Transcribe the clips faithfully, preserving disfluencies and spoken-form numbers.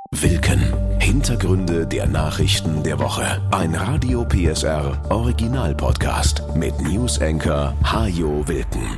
Wilken. Hintergründe der Nachrichten der Woche. Ein Radio P S R Original-Podcast mit News-Anchor Hajo Wilken.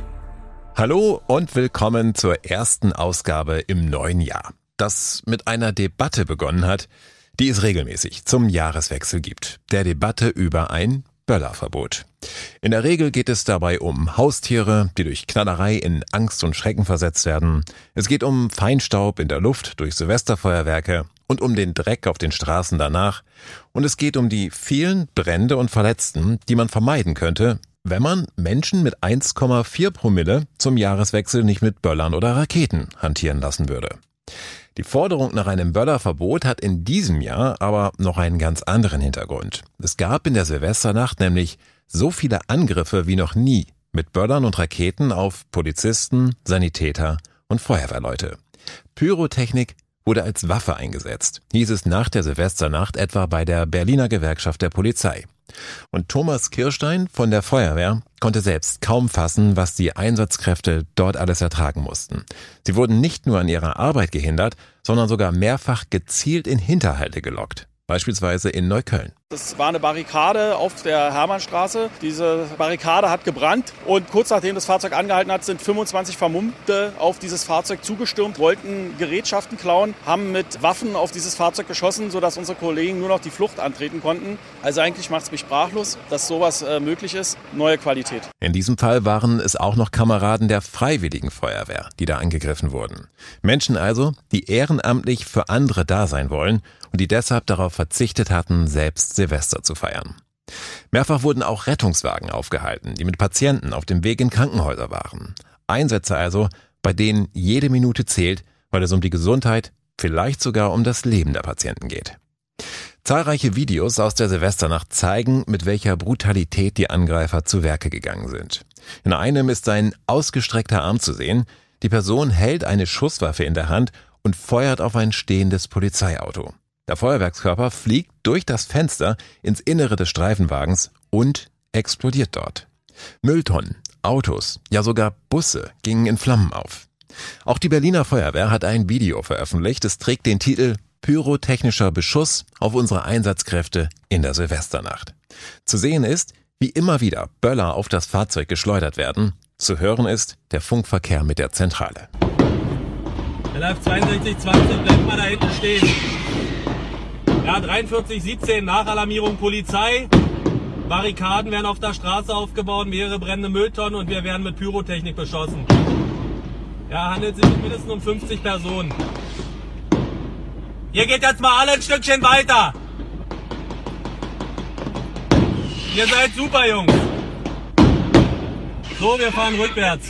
Hallo und willkommen zur ersten Ausgabe im neuen Jahr, das mit einer Debatte begonnen hat, die es regelmäßig zum Jahreswechsel gibt. Der Debatte über ein Böllerverbot. In der Regel geht es dabei um Haustiere, die durch Knallerei in Angst und Schrecken versetzt werden. Es geht um Feinstaub in der Luft durch Silvesterfeuerwerke und um den Dreck auf den Straßen danach. Und es geht um die vielen Brände und Verletzten, die man vermeiden könnte, wenn man Menschen mit eins Komma vier Promille zum Jahreswechsel nicht mit Böllern oder Raketen hantieren lassen würde. Die Forderung nach einem Böllerverbot hat in diesem Jahr aber noch einen ganz anderen Hintergrund. Es gab in der Silvesternacht nämlich so viele Angriffe wie noch nie mit Böllern und Raketen auf Polizisten, Sanitäter und Feuerwehrleute. Pyrotechnik wurde als Waffe eingesetzt, hieß es nach der Silvesternacht etwa bei der Berliner Gewerkschaft der Polizei. Und Thomas Kirstein von der Feuerwehr konnte selbst kaum fassen, was die Einsatzkräfte dort alles ertragen mussten. Sie wurden nicht nur an ihrer Arbeit gehindert, sondern sogar mehrfach gezielt in Hinterhalte gelockt. Beispielsweise in Neukölln. Es war eine Barrikade auf der Hermannstraße. Diese Barrikade hat gebrannt und kurz nachdem das Fahrzeug angehalten hat, sind fünfundzwanzig Vermummte auf dieses Fahrzeug zugestürmt, wollten Gerätschaften klauen, haben mit Waffen auf dieses Fahrzeug geschossen, sodass unsere Kollegen nur noch die Flucht antreten konnten. Also eigentlich macht es mich sprachlos, dass sowas äh, möglich ist. Neue Qualität. In diesem Fall waren es auch noch Kameraden der Freiwilligen Feuerwehr, die da angegriffen wurden. Menschen also, die ehrenamtlich für andere da sein wollen und die deshalb darauf verzichtet hatten, selbst Silvester zu feiern. Mehrfach wurden auch Rettungswagen aufgehalten, die mit Patienten auf dem Weg in Krankenhäuser waren. Einsätze also, bei denen jede Minute zählt, weil es um die Gesundheit, vielleicht sogar um das Leben der Patienten geht. Zahlreiche Videos aus der Silvesternacht zeigen, mit welcher Brutalität die Angreifer zu Werke gegangen sind. In einem ist ein ausgestreckter Arm zu sehen. Die Person hält eine Schusswaffe in der Hand und feuert auf ein stehendes Polizeiauto. Der Feuerwerkskörper fliegt durch das Fenster ins Innere des Streifenwagens und explodiert dort. Mülltonnen, Autos, ja sogar Busse gingen in Flammen auf. Auch die Berliner Feuerwehr hat ein Video veröffentlicht. Es trägt den Titel Pyrotechnischer Beschuss auf unsere Einsatzkräfte in der Silvesternacht. Zu sehen ist, wie immer wieder Böller auf das Fahrzeug geschleudert werden. Zu hören ist der Funkverkehr mit der Zentrale. Der läuft zweiundsechzig zwanzig, bleibt mal da hinten stehen. Ja, dreiundvierzig siebzehn, Nachalarmierung Polizei. Barrikaden werden auf der Straße aufgebaut, mehrere brennende Mülltonnen und wir werden mit Pyrotechnik beschossen. Ja, handelt sich mindestens um fünfzig Personen. Ihr geht jetzt mal alle ein Stückchen weiter. Ihr seid super, Jungs. So, wir fahren rückwärts.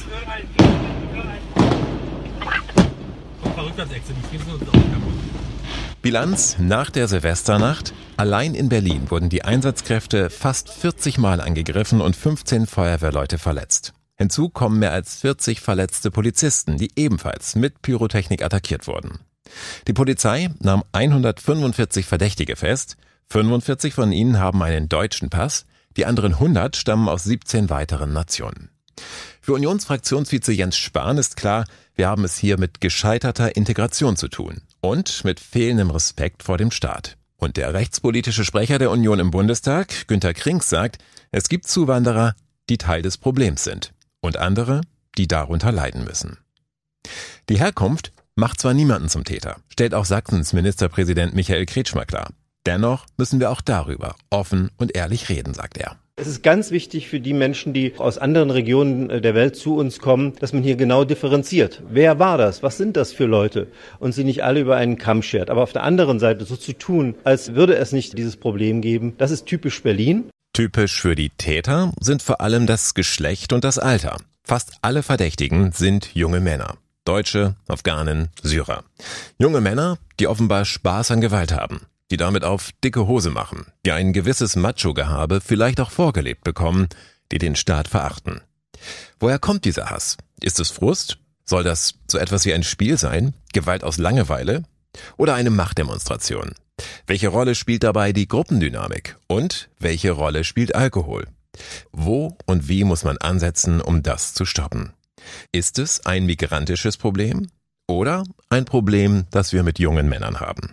Guck mal, Rückwärtsechse, die Friesen sind auch kaputt. Bilanz nach der Silvesternacht. Allein in Berlin wurden die Einsatzkräfte fast vierzig Mal angegriffen und fünfzehn Feuerwehrleute verletzt. Hinzu kommen mehr als vierzig verletzte Polizisten, die ebenfalls mit Pyrotechnik attackiert wurden. Die Polizei nahm hundertfünfundvierzig Verdächtige fest. fünfundvierzig von ihnen haben einen deutschen Pass. Die anderen hundert stammen aus siebzehn weiteren Nationen. Für Unionsfraktionsvize Jens Spahn ist klar, wir haben es hier mit gescheiterter Integration zu tun und mit fehlendem Respekt vor dem Staat. Und der rechtspolitische Sprecher der Union im Bundestag, Günter Krings, sagt, es gibt Zuwanderer, die Teil des Problems sind und andere, die darunter leiden müssen. Die Herkunft macht zwar niemanden zum Täter, stellt auch Sachsens Ministerpräsident Michael Kretschmer klar. Dennoch müssen wir auch darüber offen und ehrlich reden, sagt er. Es ist ganz wichtig für die Menschen, die aus anderen Regionen der Welt zu uns kommen, dass man hier genau differenziert. Wer war das? Was sind das für Leute? Und sie nicht alle über einen Kamm schert. Aber auf der anderen Seite so zu tun, als würde es nicht dieses Problem geben, das ist typisch Berlin. Typisch für die Täter sind vor allem das Geschlecht und das Alter. Fast alle Verdächtigen sind junge Männer. Deutsche, Afghanen, Syrer. Junge Männer, die offenbar Spaß an Gewalt haben. Die damit auf dicke Hose machen, die ein gewisses Macho-Gehabe vielleicht auch vorgelebt bekommen, die den Staat verachten. Woher kommt dieser Hass? Ist es Frust? Soll das so etwas wie ein Spiel sein? Gewalt aus Langeweile? Oder eine Machtdemonstration? Welche Rolle spielt dabei die Gruppendynamik? Und welche Rolle spielt Alkohol? Wo und wie muss man ansetzen, um das zu stoppen? Ist es ein migrantisches Problem? Oder ein Problem, das wir mit jungen Männern haben?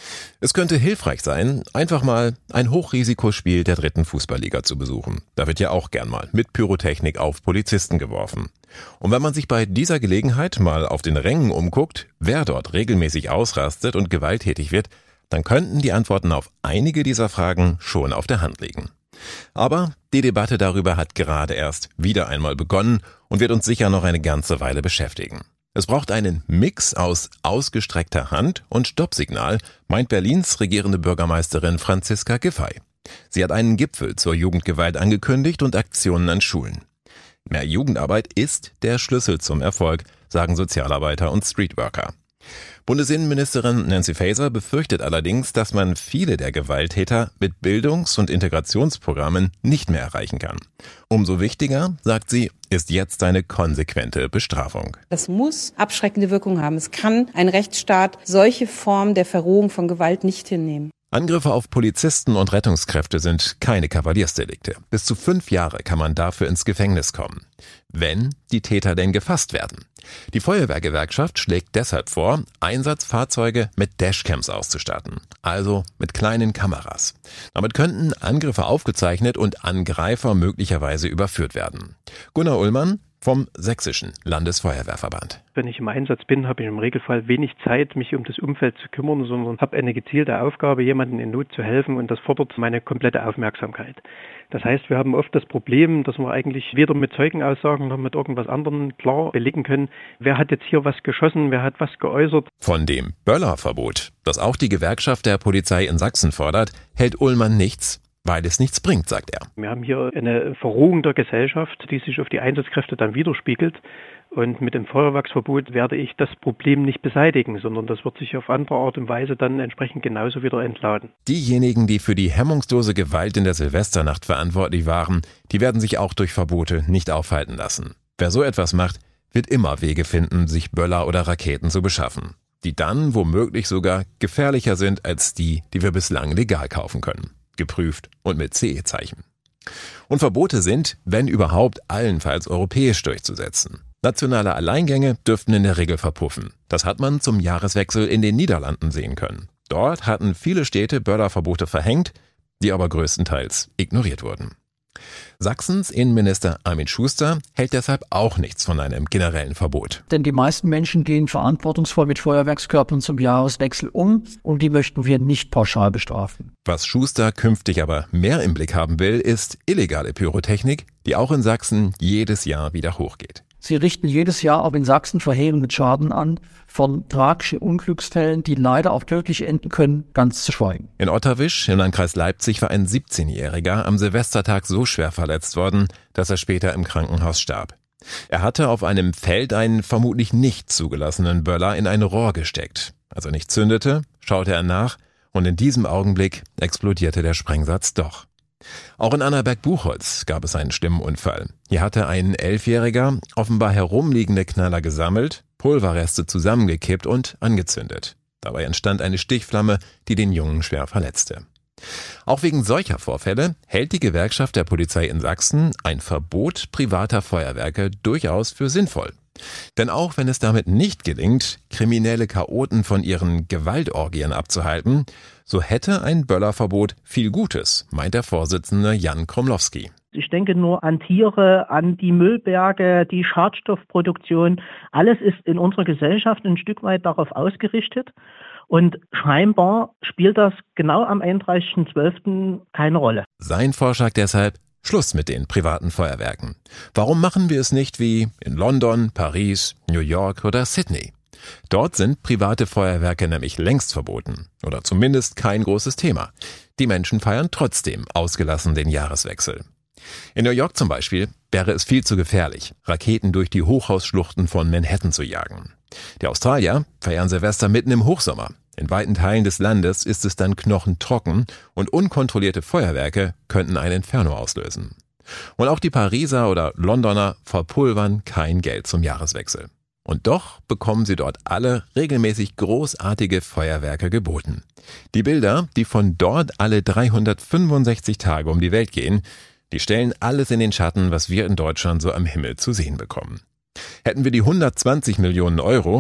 Es könnte hilfreich sein, einfach mal ein Hochrisikospiel der dritten Fußballliga zu besuchen. Da wird ja auch gern mal mit Pyrotechnik auf Polizisten geworfen. Und wenn man sich bei dieser Gelegenheit mal auf den Rängen umguckt, wer dort regelmäßig ausrastet und gewalttätig wird, dann könnten die Antworten auf einige dieser Fragen schon auf der Hand liegen. Aber die Debatte darüber hat gerade erst wieder einmal begonnen und wird uns sicher noch eine ganze Weile beschäftigen. Es braucht einen Mix aus ausgestreckter Hand und Stoppsignal, meint Berlins regierende Bürgermeisterin Franziska Giffey. Sie hat einen Gipfel zur Jugendgewalt angekündigt und Aktionen an Schulen. Mehr Jugendarbeit ist der Schlüssel zum Erfolg, sagen Sozialarbeiter und Streetworker. Bundesinnenministerin Nancy Faeser befürchtet allerdings, dass man viele der Gewalttäter mit Bildungs- und Integrationsprogrammen nicht mehr erreichen kann. Umso wichtiger, sagt sie, ist jetzt eine konsequente Bestrafung. Das muss abschreckende Wirkung haben. Es kann ein Rechtsstaat solche Formen der Verrohung von Gewalt nicht hinnehmen. Angriffe auf Polizisten und Rettungskräfte sind keine Kavaliersdelikte. Bis zu fünf Jahre kann man dafür ins Gefängnis kommen, wenn die Täter denn gefasst werden. Die Feuerwehrgewerkschaft schlägt deshalb vor, Einsatzfahrzeuge mit Dashcams auszustatten, also mit kleinen Kameras. Damit könnten Angriffe aufgezeichnet und Angreifer möglicherweise überführt werden. Gunnar Ullmann vom Sächsischen Landesfeuerwehrverband. Wenn ich im Einsatz bin, habe ich im Regelfall wenig Zeit, mich um das Umfeld zu kümmern, sondern habe eine gezielte Aufgabe, jemandem in Not zu helfen, und das fordert meine komplette Aufmerksamkeit. Das heißt, wir haben oft das Problem, dass wir eigentlich weder mit Zeugenaussagen noch mit irgendwas anderem klar belegen können, wer hat jetzt hier was geschossen, wer hat was geäußert. Von dem Böllerverbot, das auch die Gewerkschaft der Polizei in Sachsen fordert, hält Ullmann nichts, weil es nichts bringt, sagt er. Wir haben hier eine Verrohung der Gesellschaft, die sich auf die Einsatzkräfte dann widerspiegelt. Und mit dem Feuerwerksverbot werde ich das Problem nicht beseitigen, sondern das wird sich auf andere Art und Weise dann entsprechend genauso wieder entladen. Diejenigen, die für die hemmungslose Gewalt in der Silvesternacht verantwortlich waren, die werden sich auch durch Verbote nicht aufhalten lassen. Wer so etwas macht, wird immer Wege finden, sich Böller oder Raketen zu beschaffen, die dann womöglich sogar gefährlicher sind als die, die wir bislang legal kaufen können. Geprüft und mit C E-Zeichen. Und Verbote sind, wenn überhaupt, allenfalls europäisch durchzusetzen. Nationale Alleingänge dürften in der Regel verpuffen. Das hat man zum Jahreswechsel in den Niederlanden sehen können. Dort hatten viele Städte Böllerverbote verhängt, die aber größtenteils ignoriert wurden. Sachsens Innenminister Armin Schuster hält deshalb auch nichts von einem generellen Verbot. Denn die meisten Menschen gehen verantwortungsvoll mit Feuerwerkskörpern zum Jahreswechsel um und die möchten wir nicht pauschal bestrafen. Was Schuster künftig aber mehr im Blick haben will, ist illegale Pyrotechnik, die auch in Sachsen jedes Jahr wieder hochgeht. Sie richten jedes Jahr auch in Sachsen verheerenden Schaden an, von tragischen Unglücksfällen, die leider auch tödlich enden können, ganz zu schweigen. In Otterwisch im Landkreis Leipzig war ein siebzehnjähriger am Silvestertag so schwer verletzt worden, dass er später im Krankenhaus starb. Er hatte auf einem Feld einen vermutlich nicht zugelassenen Böller in ein Rohr gesteckt. Als er nicht zündete, schaute er nach und in diesem Augenblick explodierte der Sprengsatz doch. Auch in Annaberg-Buchholz gab es einen schlimmen Unfall. Hier hatte ein Elfjähriger offenbar herumliegende Knaller gesammelt, Pulverreste zusammengekippt und angezündet. Dabei entstand eine Stichflamme, die den Jungen schwer verletzte. Auch wegen solcher Vorfälle hält die Gewerkschaft der Polizei in Sachsen ein Verbot privater Feuerwerke durchaus für sinnvoll. Denn auch wenn es damit nicht gelingt, kriminelle Chaoten von ihren Gewaltorgien abzuhalten, so hätte ein Böllerverbot viel Gutes, meint der Vorsitzende Jan Kromlowski. Ich denke nur an Tiere, an die Müllberge, die Schadstoffproduktion. Alles ist in unserer Gesellschaft ein Stück weit darauf ausgerichtet. Und scheinbar spielt das genau am einunddreißigsten zwölften keine Rolle. Sein Vorschlag deshalb: Schluss mit den privaten Feuerwerken. Warum machen wir es nicht wie in London, Paris, New York oder Sydney? Dort sind private Feuerwerke nämlich längst verboten. Oder zumindest kein großes Thema. Die Menschen feiern trotzdem ausgelassen den Jahreswechsel. In New York zum Beispiel wäre es viel zu gefährlich, Raketen durch die Hochhausschluchten von Manhattan zu jagen. Die Australier feiern Silvester mitten im Hochsommer. In weiten Teilen des Landes ist es dann knochentrocken und unkontrollierte Feuerwerke könnten ein Inferno auslösen. Und auch die Pariser oder Londoner verpulvern kein Geld zum Jahreswechsel. Und doch bekommen sie dort alle regelmäßig großartige Feuerwerke geboten. Die Bilder, die von dort alle dreihundertfünfundsechzig Tage um die Welt gehen, die stellen alles in den Schatten, was wir in Deutschland so am Himmel zu sehen bekommen. Hätten wir die hundertzwanzig Millionen Euro,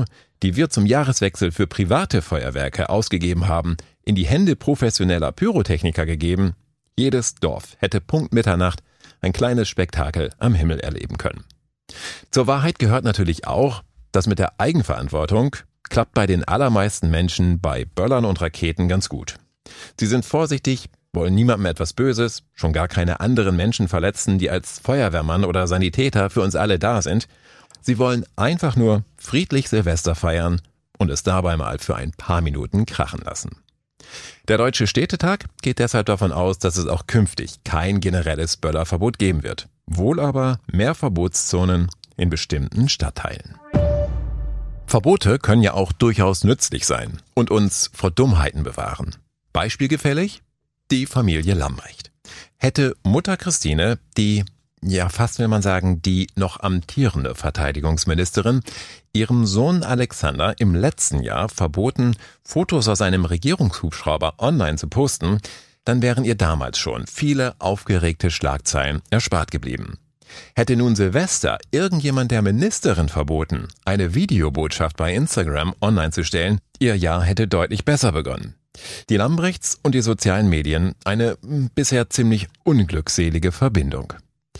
die wir zum Jahreswechsel für private Feuerwerke ausgegeben haben, in die Hände professioneller Pyrotechniker gegeben, jedes Dorf hätte Punkt Mitternacht ein kleines Spektakel am Himmel erleben können. Zur Wahrheit gehört natürlich auch, dass mit der Eigenverantwortung klappt bei den allermeisten Menschen bei Böllern und Raketen ganz gut. Sie sind vorsichtig, wollen niemandem etwas Böses, schon gar keine anderen Menschen verletzen, die als Feuerwehrmann oder Sanitäter für uns alle da sind. Sie wollen einfach nur friedlich Silvester feiern und es dabei mal für ein paar Minuten krachen lassen. Der Deutsche Städtetag geht deshalb davon aus, dass es auch künftig kein generelles Böllerverbot geben wird. Wohl aber mehr Verbotszonen in bestimmten Stadtteilen. Verbote können ja auch durchaus nützlich sein und uns vor Dummheiten bewahren. Beispielgefällig? Die Familie Lambrecht. Hätte Mutter Christine, die, ja fast will man sagen, die noch amtierende Verteidigungsministerin, ihrem Sohn Alexander im letzten Jahr verboten, Fotos aus einem Regierungshubschrauber online zu posten, dann wären ihr damals schon viele aufgeregte Schlagzeilen erspart geblieben. Hätte nun Silvester irgendjemand der Ministerin verboten, eine Videobotschaft bei Instagram online zu stellen, ihr Jahr hätte deutlich besser begonnen. Die Lambrechts und die sozialen Medien, eine bisher ziemlich unglückselige Verbindung.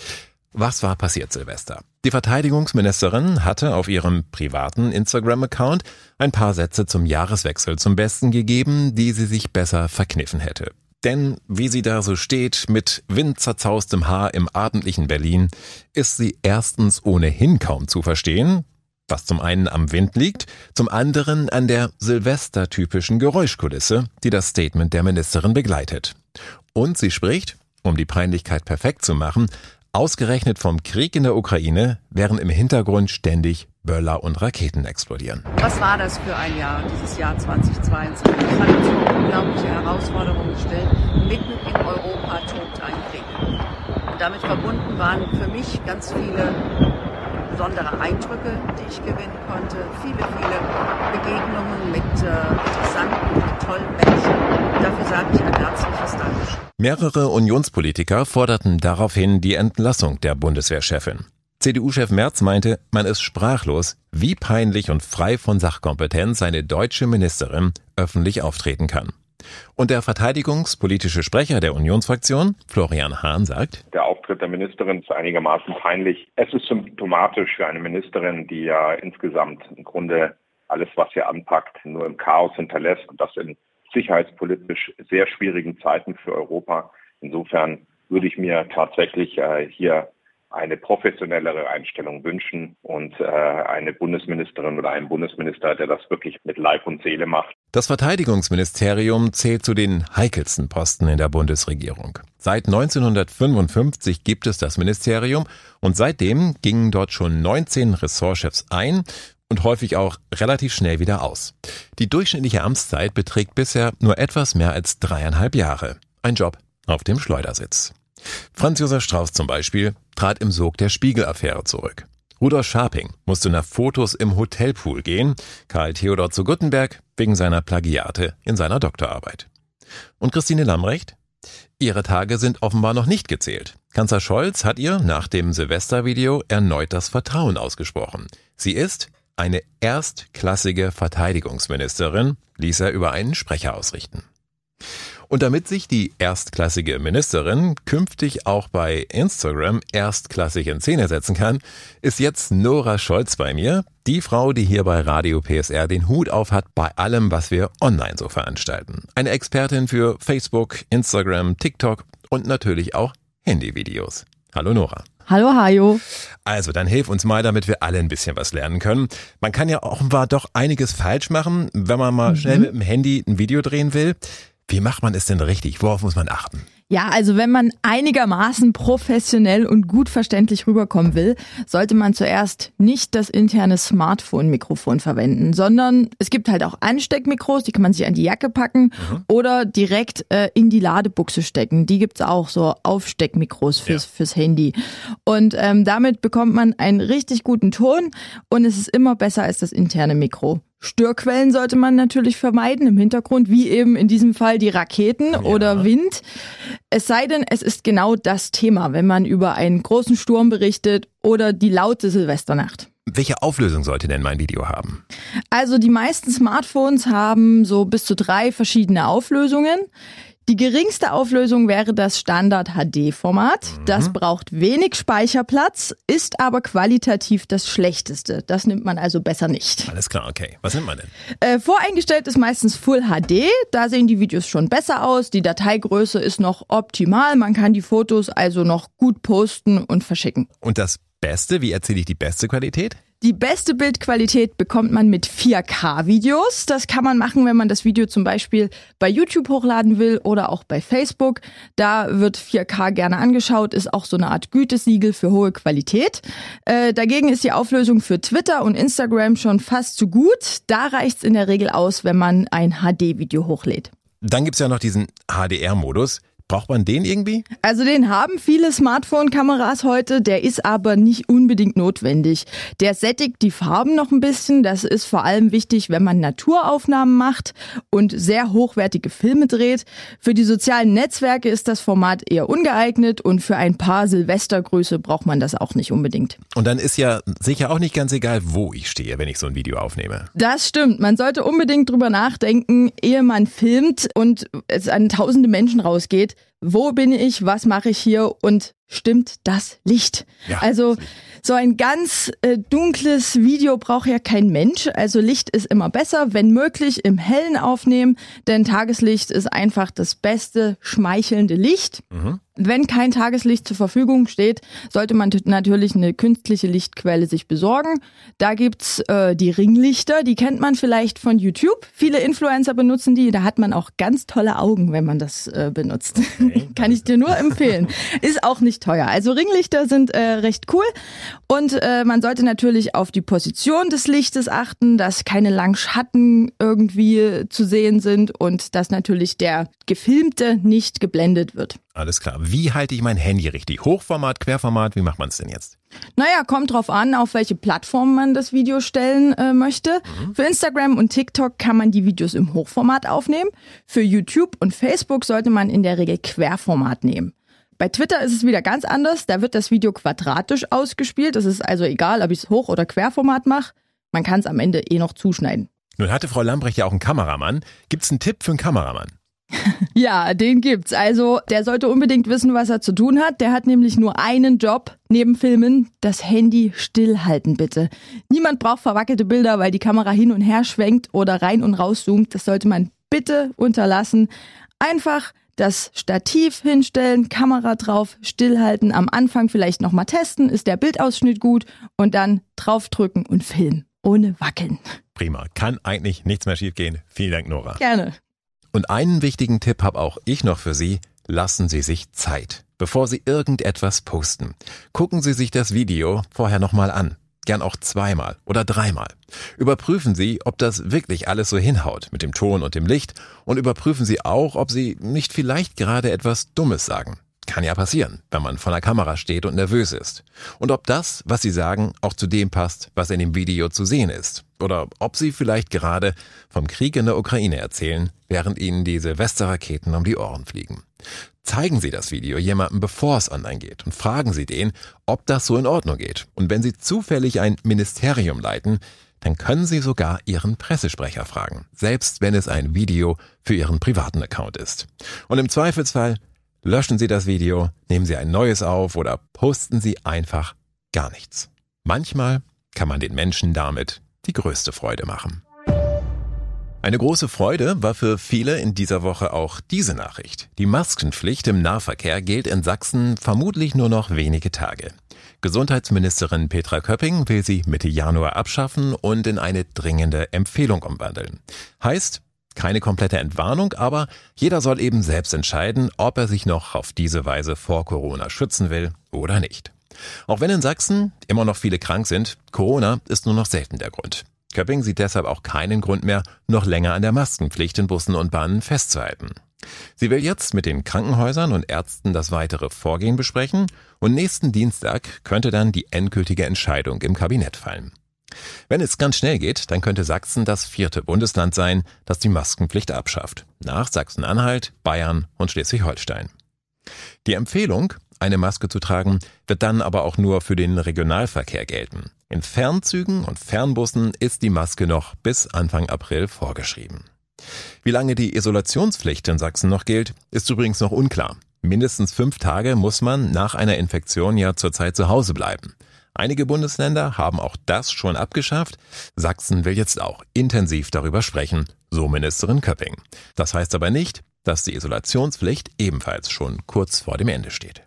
Was war passiert, Silvester? Die Verteidigungsministerin hatte auf ihrem privaten Instagram-Account ein paar Sätze zum Jahreswechsel zum Besten gegeben, die sie sich besser verkniffen hätte. Denn wie sie da so steht, mit windzerzaustem Haar im abendlichen Berlin, ist sie erstens ohnehin kaum zu verstehen, was zum einen am Wind liegt, zum anderen an der silvestertypischen Geräuschkulisse, die das Statement der Ministerin begleitet. Und sie spricht, um die Peinlichkeit perfekt zu machen, ausgerechnet vom Krieg in der Ukraine, während im Hintergrund ständig Böller und Raketen explodieren. Was war das für ein Jahr, dieses Jahr zweitausendzweiundzwanzig? Es hat uns vor unglaubliche Herausforderungen gestellt. Mitten in Europa tobte ein Krieg. Und damit verbunden waren für mich ganz viele besondere Eindrücke, die ich gewinnen konnte. Viele, viele Begegnungen mit äh, interessanten, mit tollen Menschen. Und dafür sage ich ein herzliches Dankeschön. Mehrere Unionspolitiker forderten daraufhin die Entlassung der Bundeswehrchefin. C D U-Chef Merz meinte, man ist sprachlos, wie peinlich und frei von Sachkompetenz eine deutsche Ministerin öffentlich auftreten kann. Und der verteidigungspolitische Sprecher der Unionsfraktion, Florian Hahn, sagt: Der Auftritt der Ministerin ist einigermaßen peinlich. Es ist symptomatisch für eine Ministerin, die ja insgesamt im Grunde alles, was sie anpackt, nur im Chaos hinterlässt und das in sicherheitspolitisch sehr schwierigen Zeiten für Europa. Insofern würde ich mir tatsächlich äh, hier eine professionellere Einstellung wünschen und äh, eine Bundesministerin oder einen Bundesminister, der das wirklich mit Leib und Seele macht. Das Verteidigungsministerium zählt zu den heikelsten Posten in der Bundesregierung. Seit neunzehnhundertfünfundfünfzig gibt es das Ministerium und seitdem gingen dort schon neunzehn Ressortchefs ein und häufig auch relativ schnell wieder aus. Die durchschnittliche Amtszeit beträgt bisher nur etwas mehr als dreieinhalb Jahre. Ein Job auf dem Schleudersitz. Franz Josef Strauß zum Beispiel trat im Sog der Spiegel-Affäre zurück. Rudolf Scharping musste nach Fotos im Hotelpool gehen, Karl Theodor zu Guttenberg wegen seiner Plagiate in seiner Doktorarbeit. Und Christine Lambrecht? Ihre Tage sind offenbar noch nicht gezählt. Kanzler Scholz hat ihr nach dem Silvestervideo erneut das Vertrauen ausgesprochen. Sie ist eine erstklassige Verteidigungsministerin, ließ er über einen Sprecher ausrichten. Und damit sich die erstklassige Ministerin künftig auch bei Instagram erstklassig in Szene setzen kann, ist jetzt Nora Scholz bei mir, die Frau, die hier bei Radio P S R den Hut auf hat bei allem, was wir online so veranstalten. Eine Expertin für Facebook, Instagram, TikTok und natürlich auch Handyvideos. Hallo Nora. Hallo Hajo. Also, dann hilf uns mal, damit wir alle ein bisschen was lernen können. Man kann ja offenbar doch einiges falsch machen, wenn man mal mhm. schnell mit dem Handy ein Video drehen will. Wie macht man es denn richtig? Worauf muss man achten? Ja, also wenn man einigermaßen professionell und gut verständlich rüberkommen will, sollte man zuerst nicht das interne Smartphone-Mikrofon verwenden, sondern es gibt halt auch Ansteckmikros, die kann man sich an die Jacke packen mhm. oder direkt äh, in die Ladebuchse stecken. Die gibt's auch, so Aufsteckmikros fürs, ja. fürs Handy. Und ähm, damit bekommt man einen richtig guten Ton und es ist immer besser als das interne Mikro. Störquellen sollte man natürlich vermeiden im Hintergrund, wie eben in diesem Fall die Raketen ja. oder Wind. Es sei denn, es ist genau das Thema, wenn man über einen großen Sturm berichtet oder die laute Silvesternacht. Welche Auflösung sollte denn mein Video haben? Also die meisten Smartphones haben so bis zu drei verschiedene Auflösungen. Die geringste Auflösung wäre das Standard-H D-Format. Mhm. Das braucht wenig Speicherplatz, ist aber qualitativ das Schlechteste. Das nimmt man also besser nicht. Alles klar, okay. Was nimmt man denn? Äh, voreingestellt ist meistens Full H D. Da sehen die Videos schon besser aus. Die Dateigröße ist noch optimal. Man kann die Fotos also noch gut posten und verschicken. Und das Beste, wie erziele ich die beste Qualität? Die beste Bildqualität bekommt man mit vier K Videos. Das kann man machen, wenn man das Video zum Beispiel bei YouTube hochladen will oder auch bei Facebook. Da wird vier K gerne angeschaut, ist auch so eine Art Gütesiegel für hohe Qualität. Äh, dagegen ist die Auflösung für Twitter und Instagram schon fast zu gut. Da reicht's in der Regel aus, wenn man ein H D-Video hochlädt. Dann gibt's ja noch diesen H D R-Modus. Braucht man den irgendwie? Also den haben viele Smartphone-Kameras heute, der ist aber nicht unbedingt notwendig. Der sättigt die Farben noch ein bisschen, das ist vor allem wichtig, wenn man Naturaufnahmen macht und sehr hochwertige Filme dreht. Für die sozialen Netzwerke ist das Format eher ungeeignet und für ein paar Silvestergrüße braucht man das auch nicht unbedingt. Und dann ist ja sicher auch nicht ganz egal, wo ich stehe, wenn ich so ein Video aufnehme. Das stimmt, man sollte unbedingt drüber nachdenken, ehe man filmt und es an tausende Menschen rausgeht. Wo bin ich, was mache ich hier und stimmt das Licht? Ja, also so ein ganz äh, dunkles Video braucht ja kein Mensch. Also Licht ist immer besser, wenn möglich im Hellen aufnehmen, denn Tageslicht ist einfach das beste schmeichelnde Licht. Mhm. Wenn kein Tageslicht zur Verfügung steht, sollte man t- natürlich eine künstliche Lichtquelle sich besorgen. Da gibt's äh, die Ringlichter, die kennt man vielleicht von YouTube. Viele Influencer benutzen die, da hat man auch ganz tolle Augen, wenn man das äh, benutzt. Okay. Kann ich dir nur empfehlen. Ist auch nicht teuer. Also Ringlichter sind äh, recht cool und äh, man sollte natürlich auf die Position des Lichtes achten, dass keine langen Schatten irgendwie zu sehen sind und dass natürlich der Gefilmte nicht geblendet wird. Alles klar. Wie halte ich mein Handy richtig? Hochformat, Querformat, wie macht man es denn jetzt? Naja, kommt drauf an, auf welche Plattform man das Video stellen äh, möchte. Mhm. Für Instagram und TikTok kann man die Videos im Hochformat aufnehmen. Für YouTube und Facebook sollte man in der Regel Querformat nehmen. Bei Twitter ist es wieder ganz anders. Da wird das Video quadratisch ausgespielt. Es ist also egal, ob ich es Hoch- oder Querformat mache. Man kann es am Ende eh noch zuschneiden. Nun hatte Frau Lambrecht ja auch einen Kameramann. Gibt's einen Tipp für einen Kameramann? Ja, den gibt's. Also der sollte unbedingt wissen, was er zu tun hat. Der hat nämlich nur einen Job neben Filmen. Das Handy stillhalten bitte. Niemand braucht verwackelte Bilder, weil die Kamera hin und her schwenkt oder rein und raus zoomt. Das sollte man bitte unterlassen. Einfach das Stativ hinstellen, Kamera drauf, stillhalten. Am Anfang vielleicht nochmal testen, ist der Bildausschnitt gut und dann draufdrücken und filmen. Ohne wackeln. Prima. Kann eigentlich nichts mehr schiefgehen. Vielen Dank, Nora. Gerne. Und einen wichtigen Tipp habe auch ich noch für Sie. Lassen Sie sich Zeit, bevor Sie irgendetwas posten. Gucken Sie sich das Video vorher nochmal an. Gern auch zweimal oder dreimal. Überprüfen Sie, ob das wirklich alles so hinhaut mit dem Ton und dem Licht und überprüfen Sie auch, ob Sie nicht vielleicht gerade etwas Dummes sagen. Kann ja passieren, wenn man vor der Kamera steht und nervös ist. Und ob das, was Sie sagen, auch zu dem passt, was in dem Video zu sehen ist. Oder ob Sie vielleicht gerade vom Krieg in der Ukraine erzählen, während Ihnen die Silvesterraketen um die Ohren fliegen. Zeigen Sie das Video jemandem, bevor es online geht und fragen Sie den, ob das so in Ordnung geht. Und wenn Sie zufällig ein Ministerium leiten, dann können Sie sogar Ihren Pressesprecher fragen, selbst wenn es ein Video für Ihren privaten Account ist. Und im Zweifelsfall löschen Sie das Video, nehmen Sie ein neues auf oder posten Sie einfach gar nichts. Manchmal kann man den Menschen damit die größte Freude machen. Eine große Freude war für viele in dieser Woche auch diese Nachricht. Die Maskenpflicht im Nahverkehr gilt in Sachsen vermutlich nur noch wenige Tage. Gesundheitsministerin Petra Köpping will sie Mitte Januar abschaffen und in eine dringende Empfehlung umwandeln. Heißt, keine komplette Entwarnung, aber jeder soll eben selbst entscheiden, ob er sich noch auf diese Weise vor Corona schützen will oder nicht. Auch wenn in Sachsen immer noch viele krank sind, Corona ist nur noch selten der Grund. Köpping sieht deshalb auch keinen Grund mehr, noch länger an der Maskenpflicht in Bussen und Bahnen festzuhalten. Sie will jetzt mit den Krankenhäusern und Ärzten das weitere Vorgehen besprechen und nächsten Dienstag könnte dann die endgültige Entscheidung im Kabinett fallen. Wenn es ganz schnell geht, dann könnte Sachsen das vierte Bundesland sein, das die Maskenpflicht abschafft. Nach Sachsen-Anhalt, Bayern und Schleswig-Holstein. Die Empfehlung, eine Maske zu tragen, wird dann aber auch nur für den Regionalverkehr gelten. In Fernzügen und Fernbussen ist die Maske noch bis Anfang April vorgeschrieben. Wie lange die Isolationspflicht in Sachsen noch gilt, ist übrigens noch unklar. Mindestens fünf Tage muss man nach einer Infektion ja zurzeit zu Hause bleiben. Einige Bundesländer haben auch das schon abgeschafft. Sachsen will jetzt auch intensiv darüber sprechen, so Ministerin Köpping. Das heißt aber nicht, dass die Isolationspflicht ebenfalls schon kurz vor dem Ende steht.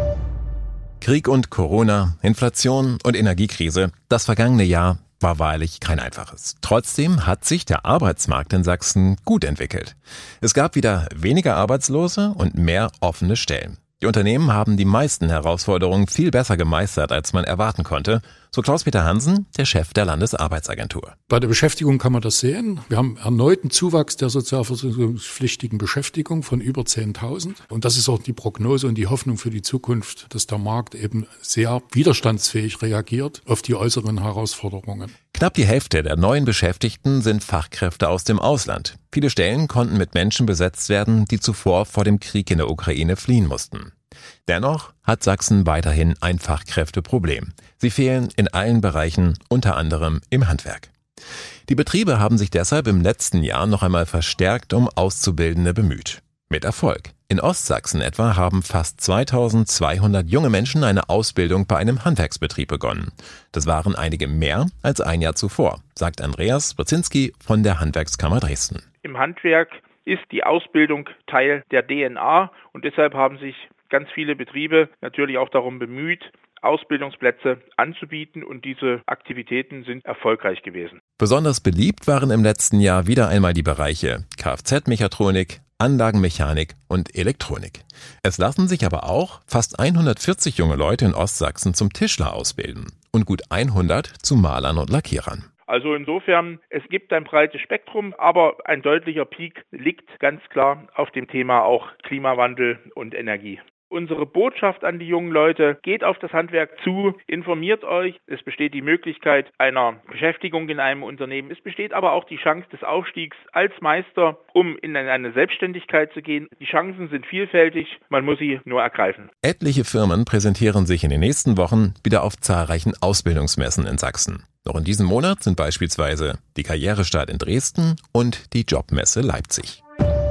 Krieg und Corona, Inflation und Energiekrise, das vergangene Jahr war wahrlich kein einfaches. Trotzdem hat sich der Arbeitsmarkt in Sachsen gut entwickelt. Es gab wieder weniger Arbeitslose und mehr offene Stellen. Die Unternehmen haben die meisten Herausforderungen viel besser gemeistert, als man erwarten konnte, so Klaus-Peter Hansen, der Chef der Landesarbeitsagentur. Bei der Beschäftigung kann man das sehen. Wir haben erneuten Zuwachs der sozialversicherungspflichtigen Beschäftigung von über zehntausend. Und das ist auch die Prognose und die Hoffnung für die Zukunft, dass der Markt eben sehr widerstandsfähig reagiert auf die äußeren Herausforderungen. Knapp die Hälfte der neuen Beschäftigten sind Fachkräfte aus dem Ausland. Viele Stellen konnten mit Menschen besetzt werden, die zuvor vor dem Krieg in der Ukraine fliehen mussten. Dennoch hat Sachsen weiterhin ein Fachkräfteproblem. Sie fehlen in allen Bereichen, unter anderem im Handwerk. Die Betriebe haben sich deshalb im letzten Jahr noch einmal verstärkt um Auszubildende bemüht. Mit Erfolg. In Ostsachsen etwa haben fast zweitausendzweihundert junge Menschen eine Ausbildung bei einem Handwerksbetrieb begonnen. Das waren einige mehr als ein Jahr zuvor, sagt Andreas Brzezinski von der Handwerkskammer Dresden. Im Handwerk ist die Ausbildung Teil der D N A und deshalb haben sich ganz viele Betriebe natürlich auch darum bemüht, Ausbildungsplätze anzubieten und diese Aktivitäten sind erfolgreich gewesen. Besonders beliebt waren im letzten Jahr wieder einmal die Bereiche Kfz-Mechatronik, Anlagenmechanik und Elektronik. Es lassen sich aber auch fast hundertvierzig junge Leute in Ostsachsen zum Tischler ausbilden und gut hundert zu Malern und Lackierern. Also insofern, es gibt ein breites Spektrum, aber ein deutlicher Peak liegt ganz klar auf dem Thema auch Klimawandel und Energie. Unsere Botschaft an die jungen Leute, geht auf das Handwerk zu, informiert euch. Es besteht die Möglichkeit einer Beschäftigung in einem Unternehmen. Es besteht aber auch die Chance des Aufstiegs als Meister, um in eine Selbstständigkeit zu gehen. Die Chancen sind vielfältig, man muss sie nur ergreifen. Etliche Firmen präsentieren sich in den nächsten Wochen wieder auf zahlreichen Ausbildungsmessen in Sachsen. Noch in diesem Monat sind beispielsweise die Karrierestadt in Dresden und die Jobmesse Leipzig.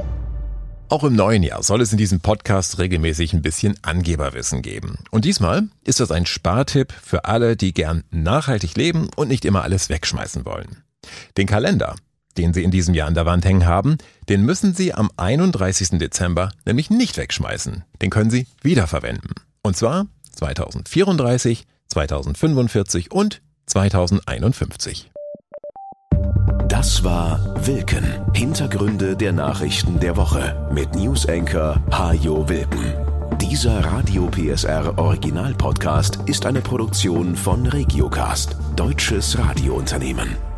Auch im neuen Jahr soll es in diesem Podcast regelmäßig ein bisschen Angeberwissen geben. Und diesmal ist das ein Spartipp für alle, die gern nachhaltig leben und nicht immer alles wegschmeißen wollen. Den Kalender, den Sie in diesem Jahr an der Wand hängen haben, den müssen Sie am einunddreißigsten Dezember nämlich nicht wegschmeißen. Den können Sie wiederverwenden. Und zwar zweitausendvierunddreißig, zweitausendfünfundvierzig und zweitausendeinundfünfzig. Das war Wilken. Hintergründe der Nachrichten der Woche mit News-Anchor Hajo Wilken. Dieser Radio P S R Original Podcast ist eine Produktion von Regiocast, deutsches Radiounternehmen.